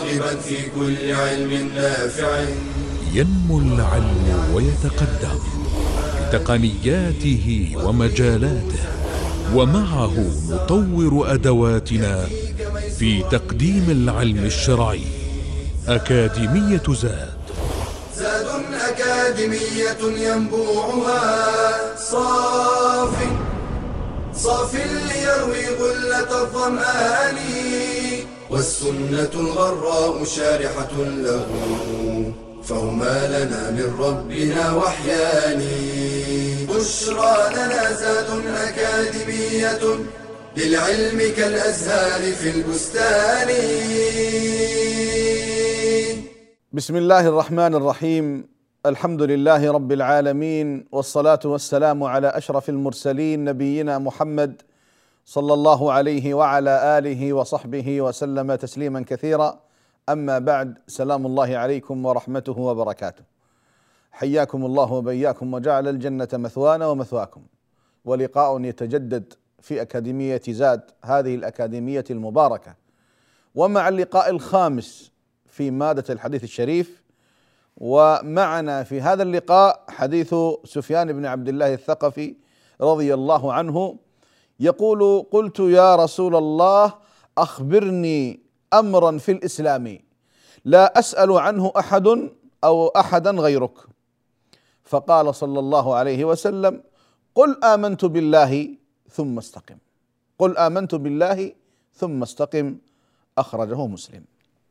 راغبا في كل علم نافع. ينمو العلم ويتقدم بتقنياته ومجالاته، ومعه نطور أدواتنا في تقديم العلم الشرعي. أكاديمية زاد أكاديمية ينبوعها صاف ليروي غلة الظمآن، والسنة الغراء شارحة له، فهما لنا من ربنا وحيان. بشرى لنا زاد أكاديمية، للعلم كالأزهار في البستان. بسم الله الرحمن الرحيم. الحمد لله رب العالمين، والصلاة والسلام على أشرف المرسلين نبينا محمد صلى الله عليه وعلى آله وصحبه وسلم تسليما كثيرا. أما بعد، سلام الله عليكم ورحمته وبركاته. حياكم الله وبياكم، وجعل الجنة مثوانا ومثواكم، ولقاء يتجدد في أكاديمية زاد، هذه الأكاديمية المباركة، ومع اللقاء الخامس في مادة الحديث الشريف. ومعنا في هذا اللقاء حديث سفيان بن عبد الله الثقفي رضي الله عنه، يقول: قلت يا رسول الله أخبرني أمرا في الإسلام لا أسأل عنه أحد أو أحدا غيرك، فقال صلى الله عليه وسلم: قل آمنت بالله ثم استقم. قل آمنت بالله ثم استقم، أخرجه مسلم.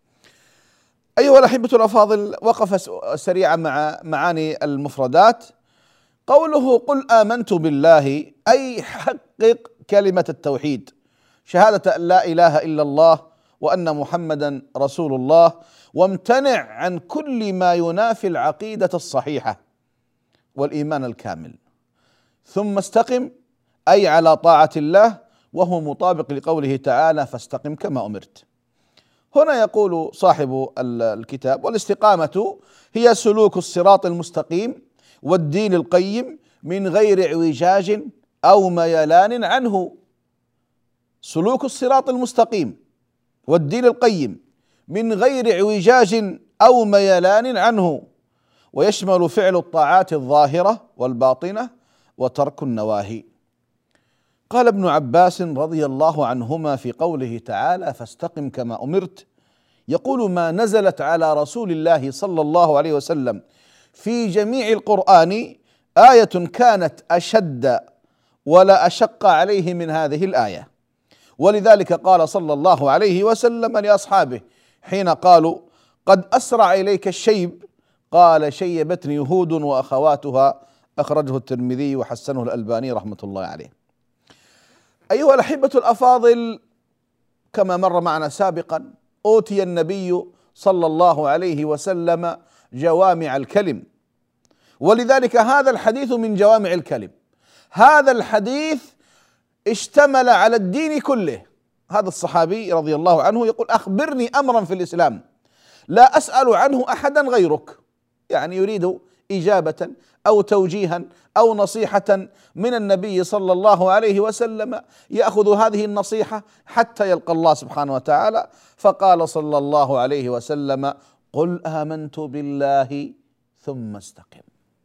أيها الأحبة الأفاضل، وقف سريعا مع معاني المفردات. قوله قل آمنت بالله أي حقق كلمة التوحيد، شهادة أن لا إله إلا الله وأن محمدا رسول الله، وامتنع عن كل ما ينافي العقيدة الصحيحة والإيمان الكامل. ثم استقم أي على طاعة الله، وهو مطابق لقوله تعالى: فاستقم كما أمرت. هنا يقول صاحب الكتاب: والاستقامة هي سلوك الصراط المستقيم والدين القيم من غير اعوجاج أو ميلان عنه. سلوك الصراط المستقيم والدين القيم من غير اعوجاج أو ميلان عنه، ويشمل فعل الطاعات الظاهرة والباطنة وترك النواهي. قال ابن عباس رضي الله عنهما في قوله تعالى: فاستقم كما أمرت، يقول: ما نزلت على رسول الله صلى الله عليه وسلم في جميع القرآن آية كانت أشد ولا أشق عليه من هذه الآية. ولذلك قال صلى الله عليه وسلم لأصحابه حين قالوا: قد أسرع إليك الشيب، قال: شيبتني هود وأخواتها، أخرجه الترمذي وحسنه الألباني رحمة الله عليه. أيها الأحبة الأفاضل، كما مر معنا سابقا، أوتي النبي صلى الله عليه وسلم جوامع الكلم، ولذلك هذا الحديث من جوامع الكلم. هذا الحديث اشتمل على الدين كله. هذا الصحابي رضي الله عنه يقول: أخبرني أمرا في الإسلام لا أسأل عنه أحدا غيرك، يعني يريد إجابة أو توجيها أو نصيحة من النبي صلى الله عليه وسلم، يأخذ هذه النصيحة حتى يلقى الله سبحانه وتعالى. فقال صلى الله عليه وسلم: قل آمنت بالله ثم استقم.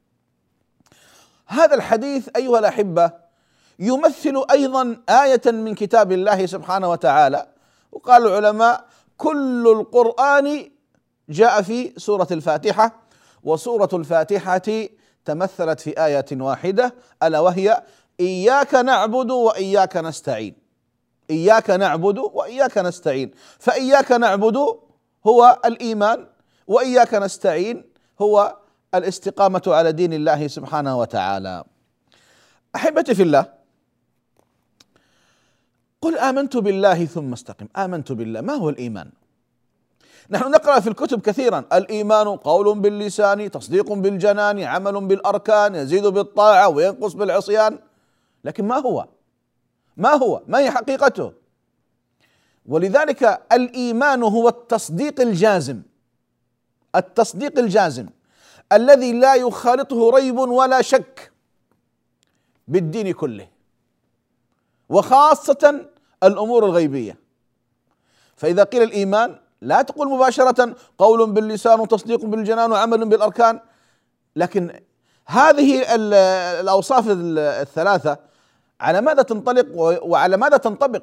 هذا الحديث أيها الأحبة يمثل أيضا آية من كتاب الله سبحانه وتعالى. وقال العلماء: كل القرآن جاء في سورة الفاتحة، وسورة الفاتحة تمثلت في آية واحدة، ألا وهي: إياك نعبد وإياك نستعين. إياك نعبد وإياك نستعين، فإياك نعبد هو الإيمان، وإياك نستعين هو الاستقامة على دين الله سبحانه وتعالى. أحبتي في الله، قل آمنت بالله ثم استقم. آمنت بالله، ما هو الإيمان؟ نحن نقرأ في الكتب كثيرا: الإيمان قول باللسان، تصديق بالجنان، عمل بالأركان، يزيد بالطاعة وينقص بالعصيان. لكن ما هي حقيقته؟ ولذلك الإيمان هو التصديق الجازم، التصديق الجازم الذي لا يخالطه ريب ولا شك بالدين كله، وخاصة الأمور الغيبية. فإذا قيل الإيمان لا تقول مباشرة قول باللسان وتصديق بالجنان وعمل بالأركان، لكن هذه الأوصاف الثلاثة على ماذا تنطلق وعلى ماذا تنطبق؟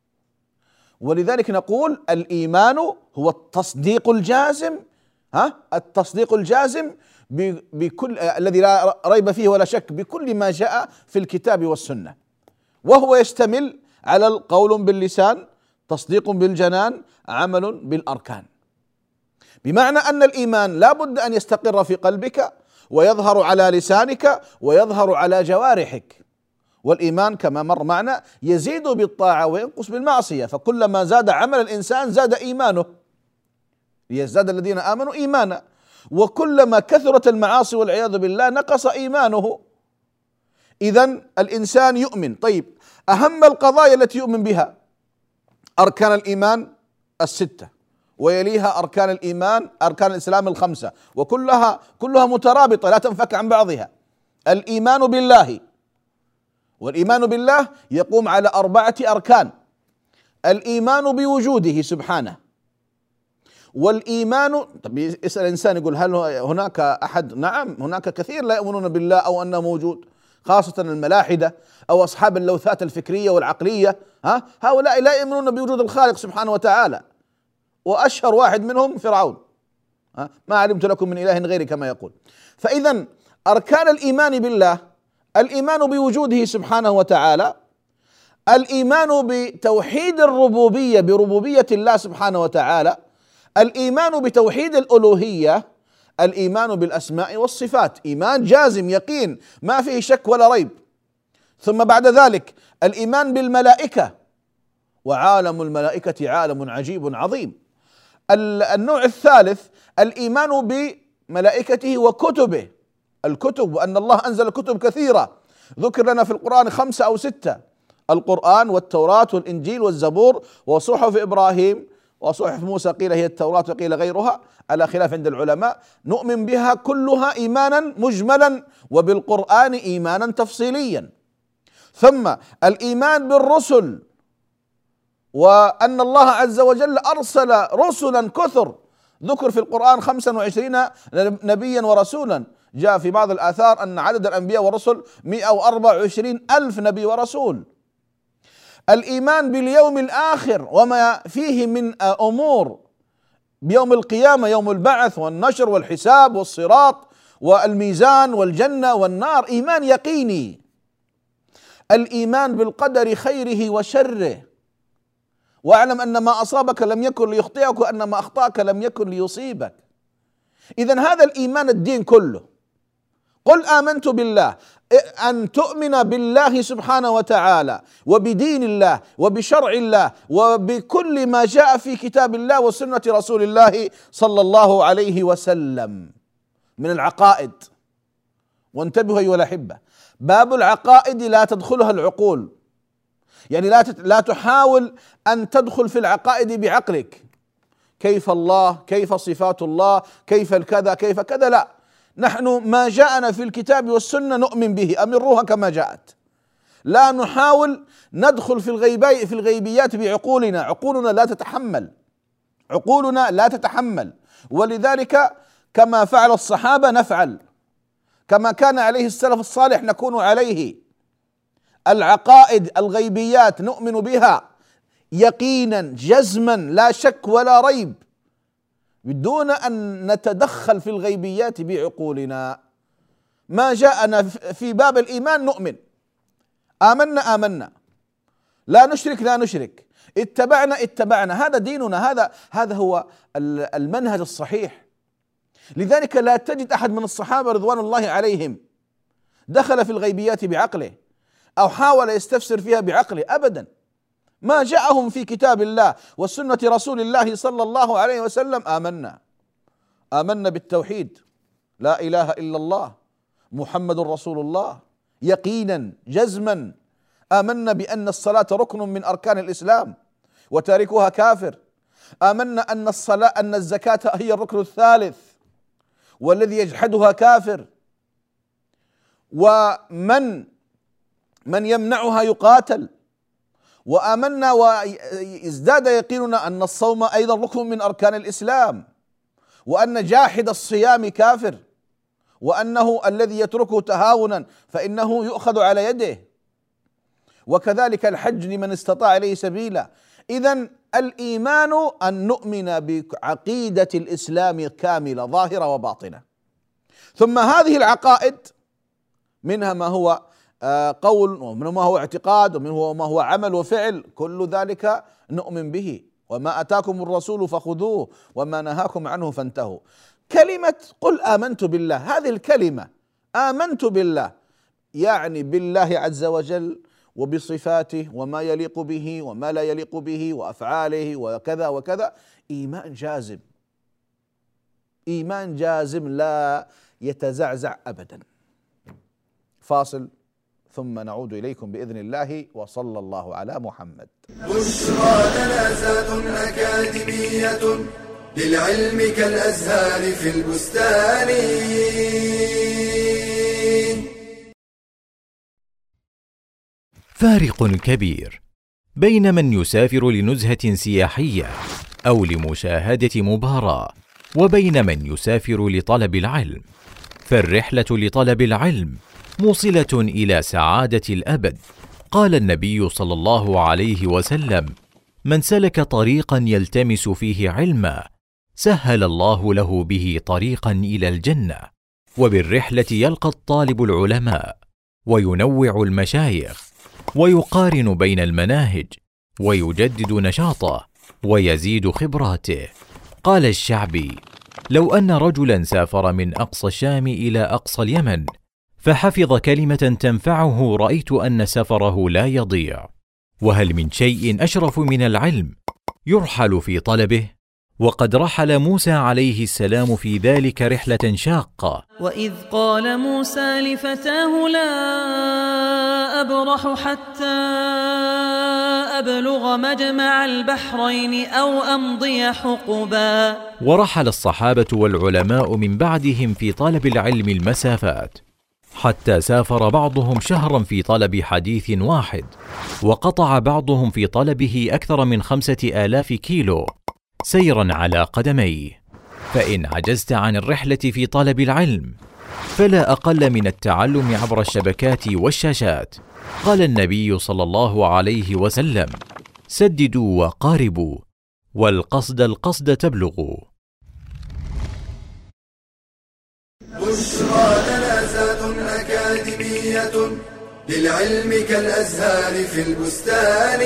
ولذلك نقول الإيمان هو التصديق الجازم، التصديق الجازم بكل الذي لا ريب فيه ولا شك بكل ما جاء في الكتاب والسنة، وهو يشتمل على القول باللسان، تصديق بالجنان، عمل بالأركان. بمعنى أن الإيمان لا بد أن يستقر في قلبك ويظهر على لسانك ويظهر على جوارحك. والإيمان كما مر معنا يزيد بالطاعة وينقص بالمعصية، فكلما زاد عمل الإنسان زاد إيمانه، ليزداد الذين آمنوا إيمانا، وكلما كثرت المعاصي والعياذ بالله نقص إيمانه. إذن الإنسان يؤمن. طيب، أهم القضايا التي يؤمن بها أركان الإيمان الستة، ويليها أركان الإيمان أركان الإسلام الخمسة، وكلها مترابطة لا تنفك عن بعضها. الإيمان بالله، والإيمان بالله يقوم على 4 أركان: الإيمان بوجوده سبحانه، والإيمان، طب يسأل الإنسان يقول هل هناك أحد؟ نعم، هناك كثير لا يؤمنون بالله أو أنه موجود، خاصة الملاحدة أو أصحاب اللوثات الفكرية والعقلية، هؤلاء لا يؤمنون بوجود الخالق سبحانه وتعالى، وأشهر واحد منهم فرعون، ما علمت لكم من إله غيري كما يقول. فإذا أركان الإيمان بالله: الإيمان بوجوده سبحانه وتعالى، الإيمان بتوحيد الربوبية بربوبية الله سبحانه وتعالى، الإيمان بتوحيد الألوهية، الإيمان بالأسماء والصفات، إيمان جازم يقين ما فيه شك ولا ريب. ثم بعد ذلك الإيمان بالملائكة، وعالم الملائكة عالم عجيب عظيم. النوع الثالث الإيمان بملائكته وكتبه، الكتب، وأن الله أنزل كتب كثيرة، ذكر لنا في القرآن 5 أو 6: القرآن والتوراة والإنجيل والزبور وصحف إبراهيم وصحف موسى، قيل هي التوراة وقيل غيرها على خلاف عند العلماء. نؤمن بها كلها إيمانا مجملا، وبالقرآن إيمانا تفصيليا. ثم الإيمان بالرسل، وأن الله عز وجل أرسل رسلا كثر، ذكر في القرآن 25 نبيا ورسولا، جاء في بعض الآثار أن عدد الأنبياء والرسل 124 ألف نبي ورسول. الإيمان باليوم الآخر وما فيه من أمور بيوم القيامة، يوم البعث والنشر والحساب والصراط والميزان والجنة والنار، إيمان يقيني. الإيمان بالقدر خيره وشره، واعلم أن ما أصابك لم يكن ليخطئك وأن ما أخطأك لم يكن ليصيبك. إذن هذا الإيمان الدين كله. قل آمنت بالله، أن تؤمن بالله سبحانه وتعالى وبدين الله وبشرع الله وبكل ما جاء في كتاب الله وسنة رسول الله صلى الله عليه وسلم من العقائد. وانتبهوا أيها الأحبة، باب العقائد لا تدخلها العقول، يعني لا تحاول أن تدخل في العقائد بعقلك، كيف الله، كيف صفات الله، كيف الكذا كيف كذا، لا، نحن ما جاءنا في الكتاب والسنة نؤمن به، أمروها كما جاءت. لا نحاول ندخل في الغيبيات بعقولنا، عقولنا لا تتحمل. ولذلك كما فعل الصحابة نفعل، كما كان عليه السلف الصالح نكون عليه. العقائد الغيبيات نؤمن بها يقينا جزما لا شك ولا ريب، بدون أن نتدخل في الغيبيات بعقولنا. ما جاءنا في باب الإيمان نؤمن، آمنا، لا نشرك، اتبعنا، هذا ديننا، هذا هو المنهج الصحيح. لذلك لا تجد أحد من الصحابة رضوان الله عليهم دخل في الغيبيات بعقله أو حاول يستفسر فيها بعقله، أبدا. ما جاءهم في كتاب الله وسنة رسول الله صلى الله عليه وسلم آمنا بالتوحيد، لا إله إلا الله محمد رسول الله، يقينا جزما. آمنا بأن الصلاة ركن من أركان الإسلام وتاركها كافر. آمنا أن الزكاة هي الركن الثالث والذي يجحدها كافر، ومن يمنعها يقاتل. وآمنا وازداد يقيننا أن الصوم أيضا ركن من أركان الإسلام، وأن جاحد الصيام كافر، وأنه الذي يتركه تهاونا فإنه يؤخذ على يده، وكذلك الحج لمن استطاع إليه سبيلا. إذن الإيمان أن نؤمن بعقيدة الإسلام كاملة ظاهرة وباطنة، ثم هذه العقائد منها ما هو قول، ومنه ما هو اعتقاد، ومنه ما هو عمل وفعل، كل ذلك نؤمن به. وما أتاكم الرسول فخذوه وما نهاكم عنه فانتهوا. كلمة قل آمنت بالله، هذه الكلمة آمنت بالله يعني بالله عز وجل وبصفاته وما يليق به وما لا يليق به وأفعاله وكذا وكذا، إيمان جازم، إيمان جازم لا يتزعزع أبدا. فاصل ثم نعود إليكم بإذن الله، وصلى الله على محمد. بشرى لنا زاد أكاديمية للعلم كالأزهار في البستان. فارق كبير بين من يسافر لنزهة سياحية أو لمشاهدة مباراة، وبين من يسافر لطلب العلم. فالرحلة لطلب العلم موصلة إلى سعادة الأبد. قال النبي صلى الله عليه وسلم: من سلك طريقا يلتمس فيه علما سهل الله له به طريقا إلى الجنة. وبالرحلة يلقى الطالب العلماء وينوع المشايخ ويقارن بين المناهج ويجدد نشاطه ويزيد خبراته. قال الشعبي: لو أن رجلا سافر من أقصى الشام إلى أقصى اليمن فحفظ كلمة تنفعه رأيت أن سفره لا يضيع. وهل من شيء أشرف من العلم يرحل في طلبه؟ وقد رحل موسى عليه السلام في ذلك رحلة شاقة. وإذ قال موسى لفتاه لا أبرح حتى أبلغ مجمع البحرين أو أمضي حقبا. ورحل الصحابة والعلماء من بعدهم في طلب العلم المسافات، حتى سافر بعضهم شهرا في طلب حديث واحد، وقطع بعضهم في طلبه أكثر من 5000 كيلو سيرا على قدميه. فإن عجزت عن الرحلة في طلب العلم فلا أقل من التعلم عبر الشبكات والشاشات. قال النبي صلى الله عليه وسلم: سددوا وقاربوا، والقصد القصد تبلغوا. بشرى لنا زاد أكاديمية للعلم كالأزهار في البستان.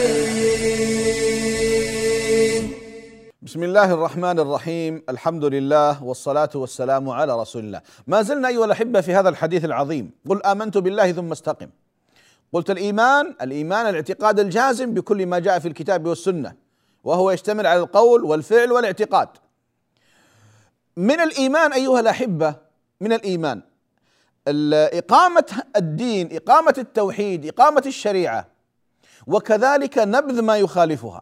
بسم الله الرحمن الرحيم، الحمد لله والصلاة والسلام على رسول الله. ما زلنا أيها الأحبة في هذا الحديث العظيم، قل آمنت بالله ثم استقم. قلت الإيمان الاعتقاد الجازم بكل ما جاء في الكتاب والسنة، وهو يشتمل على القول والفعل والاعتقاد. من الإيمان أيها الأحبة، من الإيمان إقامة الدين، إقامة التوحيد، إقامة الشريعة، وكذلك نبذ ما يخالفها.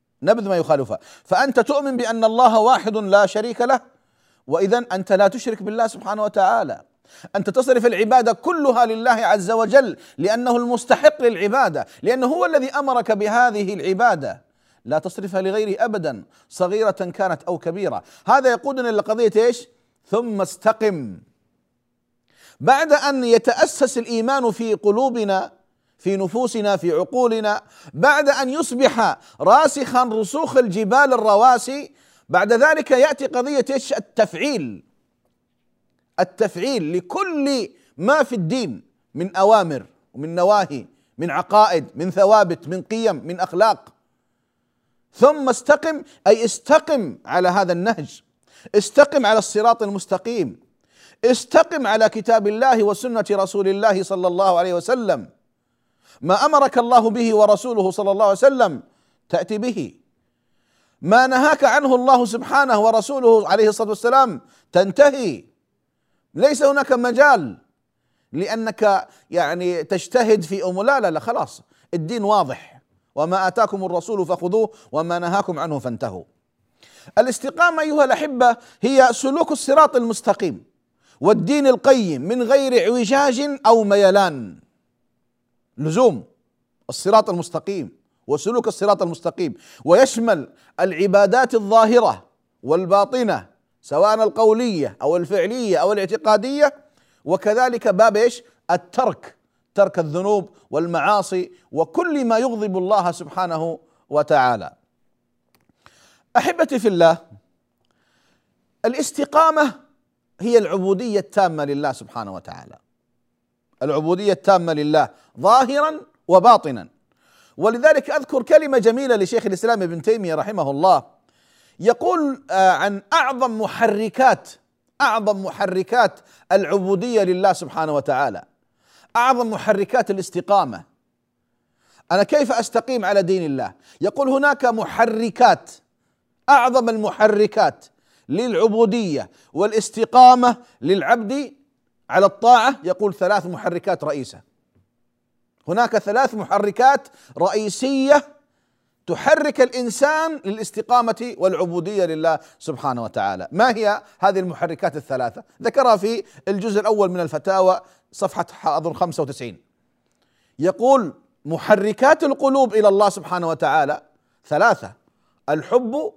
فأنت تؤمن بأن الله واحد لا شريك له، وإذن أنت لا تشرك بالله سبحانه وتعالى. أنت تصرف العبادة كلها لله عز وجل لأنه المستحق للعبادة، لأنه هو الذي أمرك بهذه العبادة، لا تصرفها لغيره أبدا، صغيرة كانت أو كبيرة. هذا يقودنا إلى قضية إيش؟ ثم استقم. بعد أن يتأسس الإيمان في قلوبنا، في نفوسنا، في عقولنا، بعد أن يصبح راسخا رسوخ الجبال الرواسي، بعد ذلك يأتي قضية إيش؟ التفعيل لكل ما في الدين من أوامر ومن نواهي، من عقائد، من ثوابت، من قيم، من أخلاق. ثم استقم، أي استقم على هذا النهج، استقم على الصراط المستقيم، استقم على كتاب الله وسنة رسول الله صلى الله عليه وسلم. ما أمرك الله به ورسوله صلى الله عليه وسلم تأتي به، ما نهاك عنه الله سبحانه ورسوله عليه الصلاة والسلام تنتهي. ليس هناك مجال لأنك تجتهد في أمور، لا خلاص، الدين واضح. وما آتاكم الرسول فخذوه وما نهاكم عنه فانتهوا. الاستقامة أيها الأحبة هي سلوك الصراط المستقيم والدين القيم من غير اعوجاج أو ميلان، لزوم الصراط المستقيم وسلوك الصراط المستقيم، ويشمل العبادات الظاهرة والباطنة سواء القولية أو الفعلية أو الاعتقادية، وكذلك باب ايش؟ ترك الذنوب والمعاصي وكل ما يغضب الله سبحانه وتعالى. أحبتي في الله، الاستقامة هي العبودية التامة لله سبحانه وتعالى، العبودية التامة لله ظاهرا وباطنا. ولذلك أذكر كلمة جميلة لشيخ الإسلام ابن تيمية رحمه الله، يقول عن أعظم محركات العبودية لله سبحانه وتعالى، أعظم محركات الاستقامة. أنا كيف أستقيم على دين الله؟ يقول هناك محركات، أعظم المحركات للعبودية والاستقامة للعبد على الطاعة، يقول 3 محركات رئيسة. هناك 3 محركات رئيسية تحرك الإنسان للاستقامة والعبودية لله سبحانه وتعالى. ما هي هذه المحركات ال3؟ ذكرها في الجزء الأول من الفتاوى صفحة أظن 95. يقول محركات القلوب إلى الله سبحانه وتعالى 3: الحب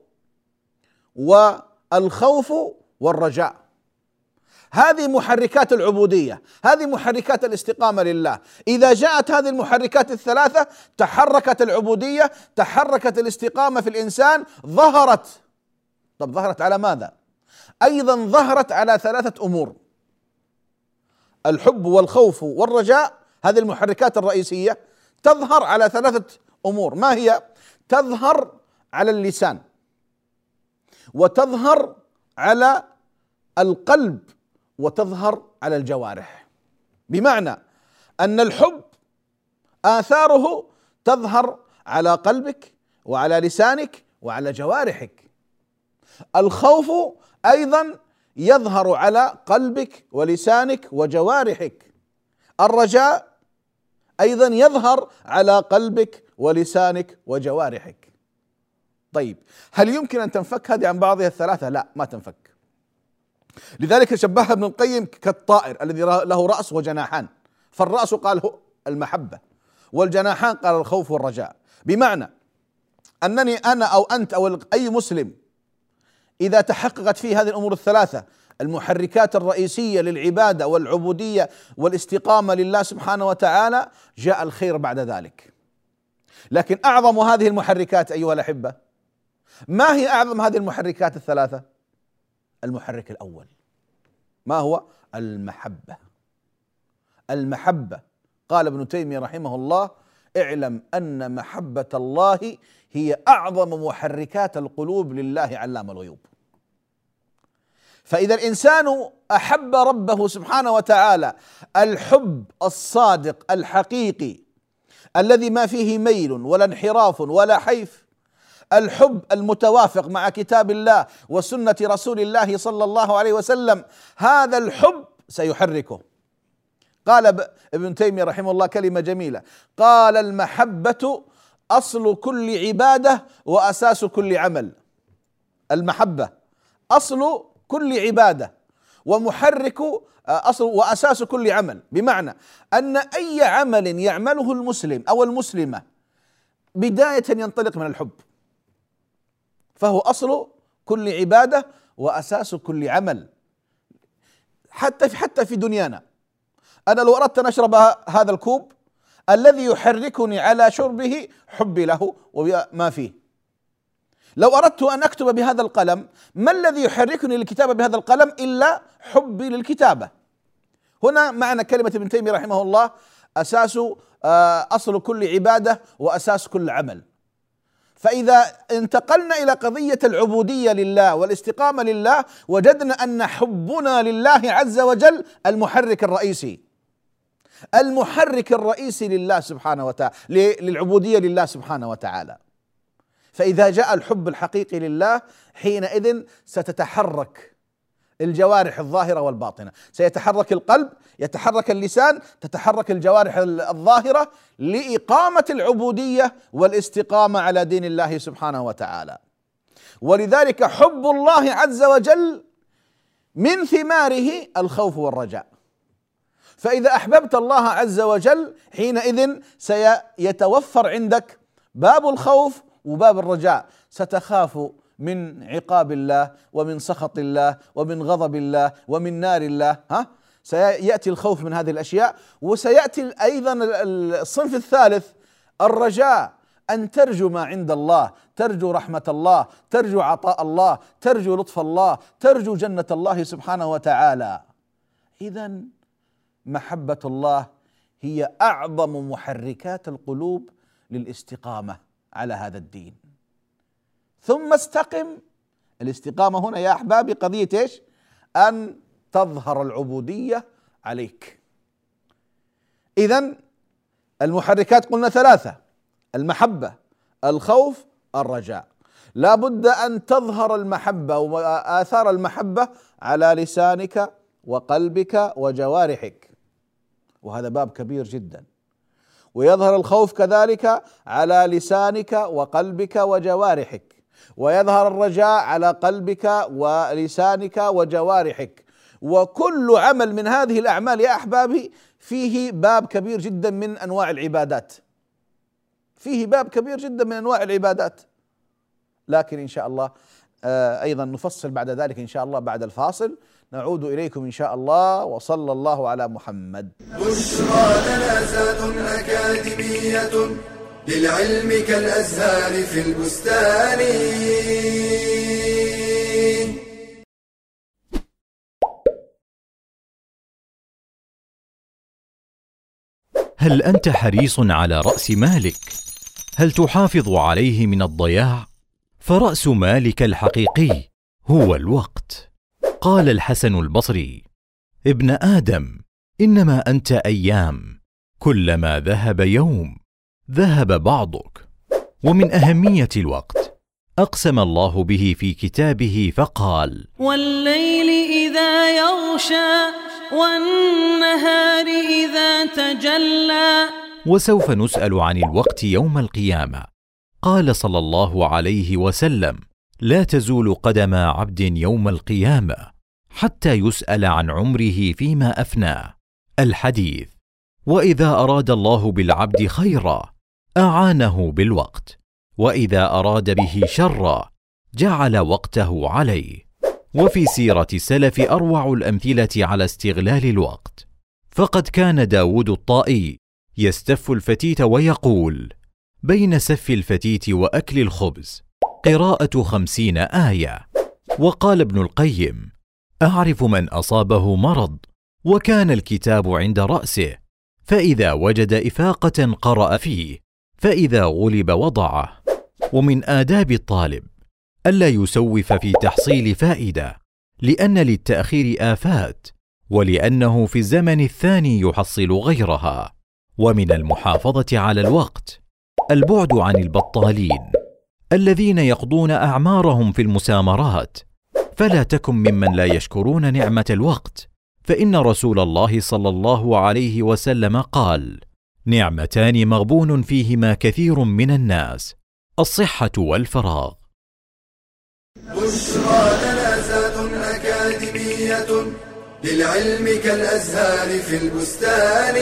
والخوف والرجاء. هذه محركات العبودية، هذه محركات الاستقامة لله. إذا جاءت هذه المحركات ال3 تحركت العبودية، تحركت الاستقامة في الإنسان، ظهرت. طب ظهرت على ماذا؟ أيضا ظهرت على 3 أمور: الحب والخوف والرجاء. هذه المحركات الرئيسية تظهر على 3 أمور. ما هي؟ تظهر على اللسان، وتظهر على القلب، وتظهر على الجوارح. بمعنى أن الحب آثاره تظهر على قلبك وعلى لسانك وعلى جوارحك. الخوف أيضا يظهر على قلبك ولسانك وجوارحك. الرجاء أيضا يظهر على قلبك ولسانك وجوارحك. طيب، هل يمكن أن تنفك هذه عن بعضها ال3؟ لا، ما تنفك. لذلك شبهها ابن القيم كالطائر الذي له رأس وجناحان، فالرأس قال هو المحبة، والجناحان قال الخوف والرجاء. بمعنى أنني أنا أو أنت أو أي مسلم إذا تحققت فيه هذه الأمور ال3، المحركات الرئيسية للعبادة والعبودية والاستقامة لله سبحانه وتعالى، جاء الخير بعد ذلك. لكن أعظم هذه المحركات أيها الأحبة، ما هي أعظم هذه المحركات ال3؟ المحرك الأول ما هو؟ المحبة. المحبة، قال ابن تيمية رحمه الله: اعلم أن محبة الله هي أعظم محركات القلوب لله علام الغيوب. فإذا الإنسان أحب ربه سبحانه وتعالى الحب الصادق الحقيقي الذي ما فيه ميل ولا انحراف ولا حيف، الحب المتوافق مع كتاب الله وسنة رسول الله صلى الله عليه وسلم، هذا الحب سيحركه. قال ابن تيمية رحمه الله كلمة جميلة، قال: المحبة أصل كل عبادة وأساس كل عمل. المحبة أصل كل عبادة ومحرك أصل وأساس كل عمل. بمعنى أن أي عمل يعمله المسلم أو المسلمة بداية ينطلق من الحب، فهو أصل كل عبادة وأساس كل عمل. حتى في دنيانا، أنا لو أردت أن أشرب هذا الكوب، الذي يحركني على شربه حبي له وما فيه. لو أردت أن أكتب بهذا القلم، ما الذي يحركني للكتابة بهذا القلم إلا حبي للكتابة. هنا معنى كلمة ابن تيمية رحمه الله: أصل كل عبادة وأساس كل عمل. فإذا انتقلنا إلى قضية العبودية لله والاستقامة لله، وجدنا أن حبنا لله عز وجل المحرك الرئيسي لله سبحانه وتعالى، للعبودية لله سبحانه وتعالى. فإذا جاء الحب الحقيقي لله، حينئذ ستتحرك الجوارح الظاهرة والباطنة، سيتحرك القلب، يتحرك اللسان، تتحرك الجوارح الظاهرة لإقامة العبودية والاستقامة على دين الله سبحانه وتعالى. ولذلك حب الله عز وجل من ثماره الخوف والرجاء. فإذا أحببت الله عز وجل، حينئذ سيتوفر عندك باب الخوف وباب الرجاء. ستخاف من عقاب الله ومن سخط الله ومن غضب الله ومن نار الله، سيأتي الخوف من هذه الأشياء. وسيأتي أيضا الصنف الثالث الرجاء، أن ترجو ما عند الله، ترجو رحمة الله، ترجو عطاء الله، ترجو لطف الله، ترجو جنة الله سبحانه وتعالى. إذن محبة الله هي أعظم محركات القلوب للاستقامة على هذا الدين. ثم استقم. الاستقامة هنا يا أحبابي قضية إيش؟ أن تظهر العبودية عليك. إذن المحركات قلنا ثلاثة: المحبة، الخوف، الرجاء. لا بد أن تظهر المحبة وآثار المحبة على لسانك وقلبك وجوارحك، وهذا باب كبير جدا. ويظهر الخوف كذلك على لسانك وقلبك وجوارحك، ويظهر الرجاء على قلبك ولسانك وجوارحك. وكل عمل من هذه الأعمال يا أحبابي فيه باب كبير جدا من أنواع العبادات، فيه باب كبير جدا من أنواع العبادات. لكن إن شاء الله أيضا نفصل بعد ذلك إن شاء الله بعد الفاصل. نعود إليكم إن شاء الله، وصلى الله على محمد. بشرى لنا زاد أكاديمية للعلم كالأزهار في البستان. هل أنت حريص على رأس مالك؟ هل تحافظ عليه من الضياع؟ فرأس مالك الحقيقي هو الوقت. قال الحسن البصري: ابن آدم، إنما أنت أيام، كلما ذهب يوم ذهب بعضك. ومن أهمية الوقت أقسم الله به في كتابه فقال: والليل إذا يغشى والنهار إذا تجلى. وسوف نسأل عن الوقت يوم القيامة. قال صلى الله عليه وسلم: لا تزول قدم عبد يوم القيامة حتى يسأل عن عمره فيما أفناه. الحديث. وإذا أراد الله بالعبد خيرا أعانه بالوقت، وإذا أراد به شرا جعل وقته عليه. وفي سيرة السلف أروع الأمثلة على استغلال الوقت، فقد كان داود الطائي يستف الفتيت ويقول: بين سف الفتيت وأكل الخبز قراءة 50 آية. وقال ابن القيم: أعرف من أصابه مرض وكان الكتاب عند رأسه، فإذا وجد إفاقة قرأ فيه، فإذا غلب وضعه. ومن آداب الطالب ألا يسوف في تحصيل فائدة، لأن للتأخير آفات، ولأنه في الزمن الثاني يحصل غيرها. ومن المحافظة على الوقت البعد عن البطالين الذين يقضون أعمارهم في المسامرات. فلا تكن ممن لا يشكرون نعمة الوقت، فإن رسول الله صلى الله عليه وسلم قال: نعمتان مغبون فيهما كثير من الناس، الصحة والفراغ. بشرى لنا زاد أكاديمية للعلم كالأزهار في البستان.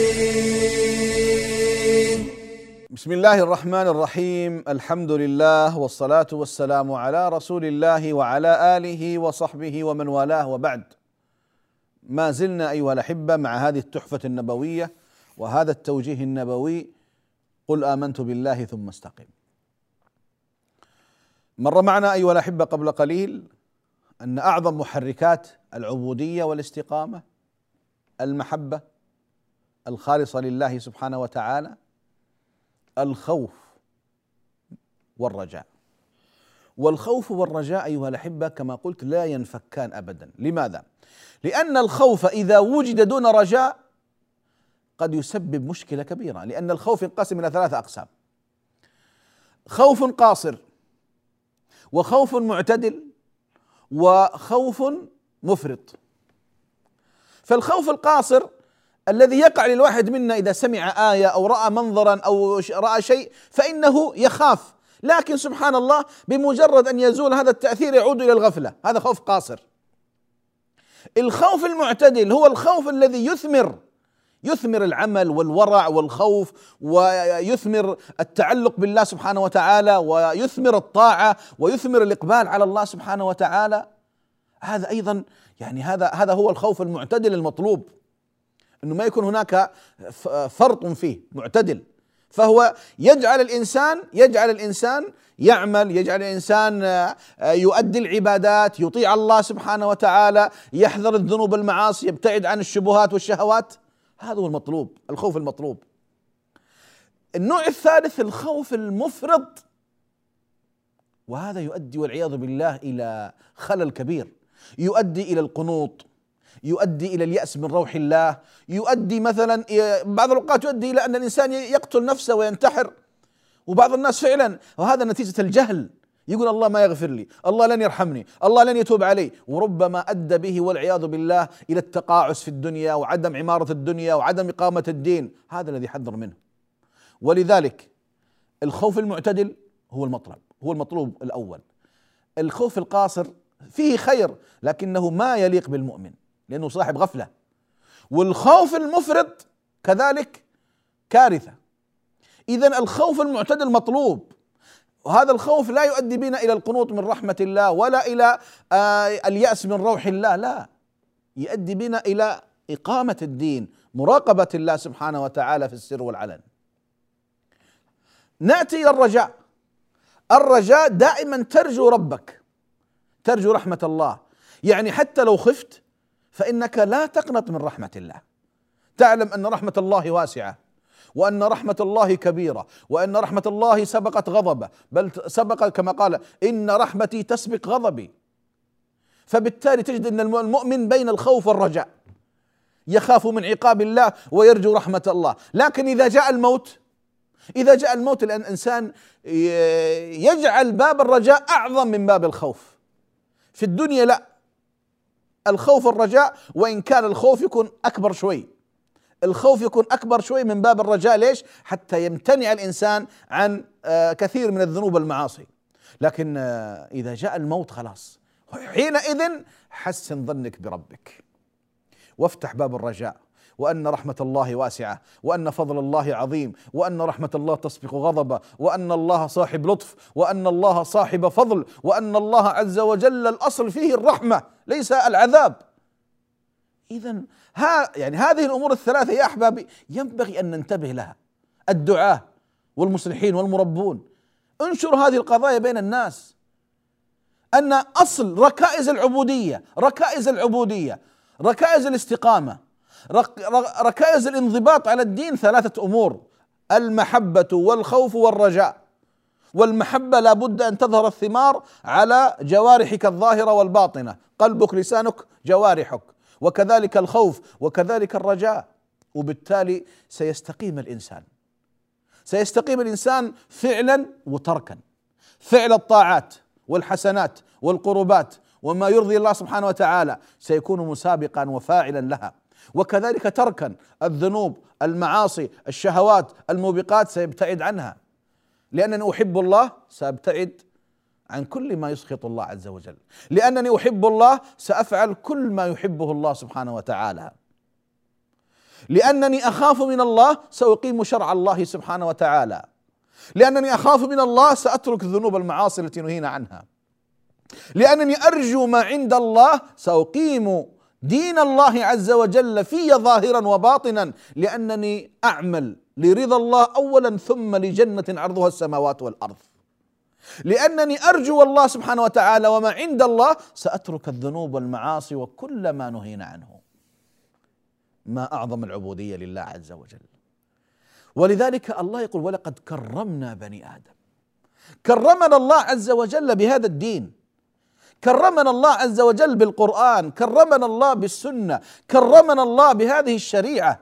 بسم الله الرحمن الرحيم. الحمد لله والصلاة والسلام على رسول الله وعلى آله وصحبه ومن والاه، وبعد. ما زلنا أيها الأحبة مع هذه التحفة النبوية وهذا التوجيه النبوي: قل آمنت بالله ثم استقم. مر معنا أيها الأحبة قبل قليل أن أعظم محركات العبودية والاستقامة المحبة الخالصة لله سبحانه وتعالى، الخوف والرجاء. والخوف والرجاء أيها الأحبة كما قلت لا ينفكان أبدا. لماذا؟ لأن الخوف إذا وجد دون رجاء قد يسبب مشكلة كبيرة، لأن الخوف ينقسم إلى 3 أقسام: خوف قاصر، وخوف معتدل، وخوف مفرط. فالخوف القاصر الذي يقع للواحد منا إذا سمع آية أو رأى منظرا أو رأى شيء فإنه يخاف، لكن سبحان الله بمجرد أن يزول هذا التأثير يعود إلى الغفلة. هذا خوف قاصر. الخوف المعتدل هو الخوف الذي يثمر، يثمر العمل والورع والخوف، ويثمر التعلق بالله سبحانه وتعالى، ويثمر الطاعة، ويثمر الإقبال على الله سبحانه وتعالى. هذا أيضا يعني هذا هو الخوف المعتدل المطلوب، أنه ما يكون هناك فرط فيه، معتدل. فهو يجعل الإنسان يعمل، يجعل الإنسان يؤدي العبادات، يطيع الله سبحانه وتعالى، يحذر الذنوب المعاصي، يبتعد عن الشبهات والشهوات. هذا هو المطلوب، الخوف المطلوب. النوع الثالث الخوف المفرط، وهذا يؤدي والعياذ بالله إلى خلل كبير، يؤدي إلى القنوط، يؤدي إلى اليأس من روح الله، يؤدي مثلا بعض الأوقات يؤدي إلى أن الإنسان يقتل نفسه وينتحر. وبعض الناس فعلا، وهذا نتيجة الجهل، يقول الله ما يغفر لي، الله لن يرحمني، الله لن يتوب علي، وربما أدى به والعياذ بالله إلى التقاعس في الدنيا وعدم عمارة الدنيا وعدم إقامة الدين. هذا الذي حذر منه. ولذلك الخوف المعتدل هو المطلوب الأول. الخوف القاصر فيه خير لكنه ما يليق بالمؤمن لأنه صاحب غفلة. والخوف المفرط كذلك كارثة. إذن الخوف المعتدل مطلوب، وهذا الخوف لا يؤدي بنا إلى القنوط من رحمة الله ولا إلى اليأس من روح الله، لا، يؤدي بنا إلى إقامة الدين، مراقبة الله سبحانه وتعالى في السر والعلن. نأتي إلى الرجاء دائما ترجو ربك، ترجو رحمة الله، يعني حتى لو خفت فإنك لا تقنط من رحمة الله، تعلم أن رحمة الله واسعة، وأن رحمة الله كبيرة، وأن رحمة الله سبقت غضبه، بل سبق كما قال إن رحمتي تسبق غضبي. فبالتالي تجد أن المؤمن بين الخوف والرجاء، يخاف من عقاب الله ويرجو رحمة الله. لكن إذا جاء الموت الإنسان يجعل باب الرجاء أعظم من باب الخوف. في الدنيا لا، الخوف والرجاء، وإن كان الخوف يكون أكبر شوي من باب الرجاء. ليش؟ حتى يمتنع الإنسان عن كثير من الذنوب والمعاصي. لكن إذا جاء الموت خلاص، حينئذ حسن ظنك بربك وافتح باب الرجاء، وأن رحمة الله واسعة، وأن فضل الله عظيم، وأن رحمة الله تسبق غضبه، وأن الله صاحب لطف، وأن الله صاحب فضل، وأن الله عز وجل الأصل فيه الرحمة ليس العذاب. إذن يعني هذه الأمور الثلاثة يا أحبابي ينبغي أن ننتبه لها. الدعاة والمصلحين والمربون انشروا هذه القضايا بين الناس، أن أصل ركائز العبودية، ركائز الاستقامة، ركائز الانضباط على الدين 3 أمور: المحبة والخوف والرجاء. والمحبة لا بد أن تظهر الثمار على جوارحك الظاهرة والباطنة، قلبك، لسانك، جوارحك، وكذلك الخوف وكذلك الرجاء. وبالتالي سيستقيم الإنسان فعلا وتركا، فعل الطاعات والحسنات والقربات وما يرضي الله سبحانه وتعالى سيكون مسابقا وفاعلا لها، وكذلك تركا الذنوب، المعاصي، الشهوات، الموبقات سيبتعد عنها. لأنني أحب الله سأبتعد عن كل ما يسخط الله عز وجل، لأنني أحب الله سأفعل كل ما يحبه الله سبحانه وتعالى، لأنني أخاف من الله سأقيم شرع الله سبحانه وتعالى، لأنني أخاف من الله سأترك الذنوب المعاصي التي نهينا عنها، لأنني أرجو ما عند الله سأقيم دين الله عز وجل في ظاهرا وباطنا، لأنني أعمل لرضا الله أولا ثم لجنة عرضها السماوات والأرض، لأنني أرجو الله سبحانه وتعالى وما عند الله سأترك الذنوب والمعاصي وكل ما نهينا عنه. ما أعظم العبودية لله عز وجل. ولذلك الله يقول ولقد كرمنا بني آدم. كرمنا الله عز وجل بهذا الدين، كرمنا الله عز وجل بالقرآن، كرمنا الله بالسنة، كرمنا الله بهذه الشريعة،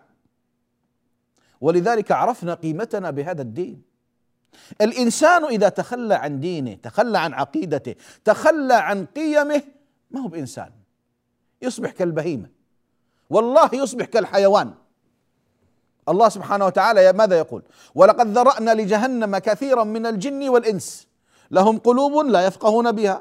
ولذلك عرفنا قيمتنا بهذا الدين. الإنسان إذا تخلى عن دينه، تخلى عن عقيدته، تخلى عن قيمه، ما هو بإنسان، يصبح كالبهيمة، والله يصبح كالحيوان. الله سبحانه وتعالى ماذا يقول؟ ولقد ذرأنا لجهنم كثيرا من الجن والإنس لهم قلوب لا يفقهون بها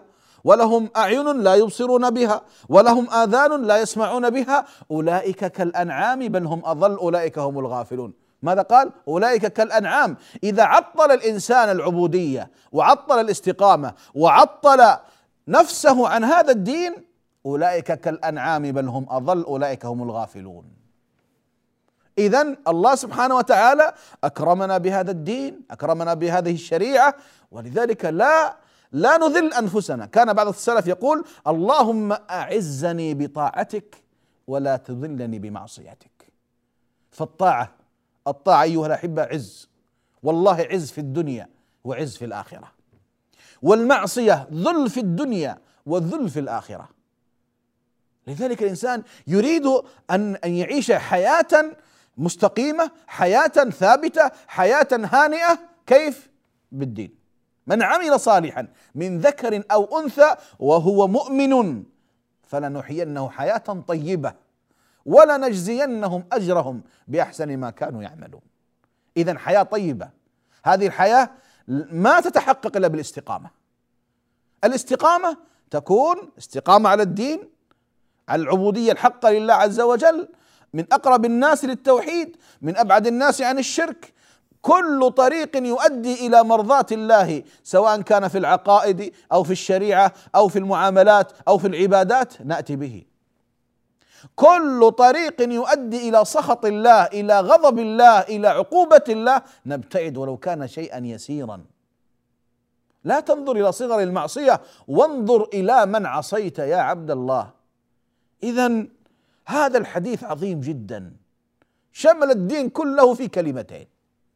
ولهم أعين لا يبصرون بها ولهم آذان لا يسمعون بها أولئك كالأنعام بل هم أضل أولئك هم الغافلون. ماذا قال؟ أولئك كالأنعام. إذا عطل الإنسان العبودية وعطل الاستقامة وعطل نفسه عن هذا الدين أولئك كالأنعام بل هم أضل أولئك هم الغافلون. إذن الله سبحانه وتعالى أكرمنا بهذا الدين، أكرمنا بهذه الشريعة، ولذلك لا نذل أنفسنا. كان بعض السلف يقول: اللهم أعزني بطاعتك ولا تذلني بمعصيتك. فالطاعة أيها الأحبة عز، والله عز في الدنيا وعز في الآخرة، والمعصية ذل في الدنيا وذل في الآخرة. لذلك الإنسان يريد أن يعيش حياة مستقيمة، حياة ثابتة، حياة هانئة. كيف؟ بالدين. من عمل صالحا من ذكر أو أنثى وهو مؤمن فلنحيينه حياة طيبة ولنجزينهم أجرهم بأحسن ما كانوا يعملون. إذن حياة طيبة، هذه الحياة ما تتحقق إلا بالاستقامة. الاستقامة تكون استقامة على الدين، على العبودية الحقة لله عز وجل، من أقرب الناس للتوحيد، من أبعد الناس عن الشرك. كل طريق يؤدي إلى مرضاة الله سواء كان في العقائد أو في الشريعة أو في المعاملات أو في العبادات نأتي به. كل طريق يؤدي إلى سخط الله، إلى غضب الله، إلى عقوبة الله نبتعد ولو كان شيئا يسيرا. لا تنظر إلى صغر المعصية، وانظر إلى من عصيت يا عبد الله. إذن هذا الحديث عظيم جدا، شمل الدين كله في كلمتين: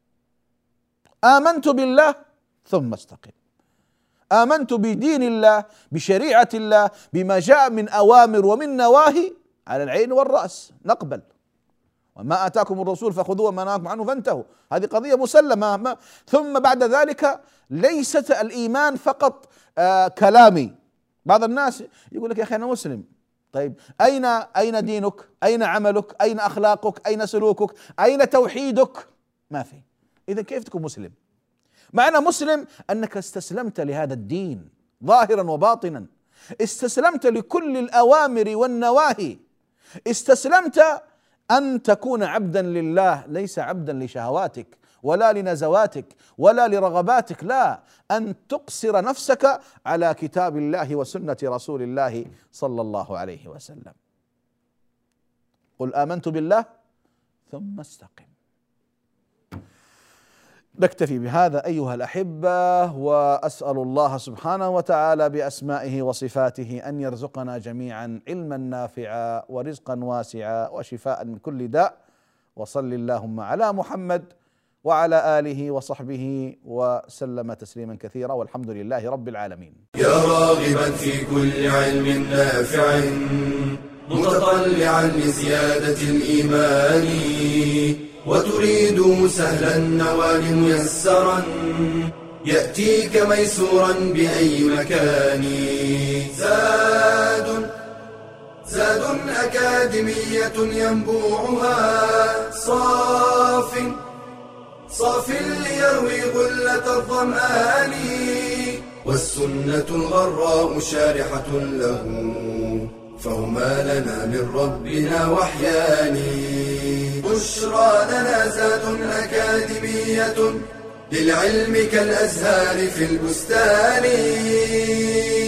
آمنت بالله ثم استقم. آمنت بدين الله، بشريعة الله، بما جاء من أوامر ومن نواهي، على العين والرأس نقبل. وما آتاكم الرسول فخذوه وما نهاكم عنه فانتهوا، هذه قضية مسلمة. ثم بعد ذلك ليست الإيمان فقط كلامي. بعض الناس يقول لك: يا أخي أنا مسلم. طيب أين دينك؟ أين عملك؟ أين أخلاقك؟ أين سلوكك؟ أين توحيدك؟ ما في. إذا كيف تكون مسلم؟ معنى مسلم أنك استسلمت لهذا الدين ظاهرا وباطنا، استسلمت لكل الأوامر والنواهي، استسلمت أن تكون عبدا لله، ليس عبدا لشهواتك ولا لنزواتك ولا لرغباتك، لا، أن تقصر نفسك على كتاب الله وسنة رسول الله صلى الله عليه وسلم. قل آمنت بالله ثم استقم. نكتفي بهذا أيها الأحبة، وأسأل الله سبحانه وتعالى بأسمائه وصفاته أن يرزقنا جميعا علما نافعا ورزقا واسعا وشفاء من كل داء. وصل اللهم على محمد وعلى آله وصحبه وسلم تسليما كثيرا، والحمد لله رب العالمين. يا راغبا في كل علم نافع متطلعا لزيادة الإيمان، وتريد سهلا النوال ميسرا يأتيك ميسورا بأي مكان. زاد أكاديمية ينبوعها صاف ليروي غلة الظمآن، والسنة الغراء شارحة له، فهما لنا من ربنا وحيان. بشرى لنا زاد أكاديمية للعلم كالأزهار في البستان.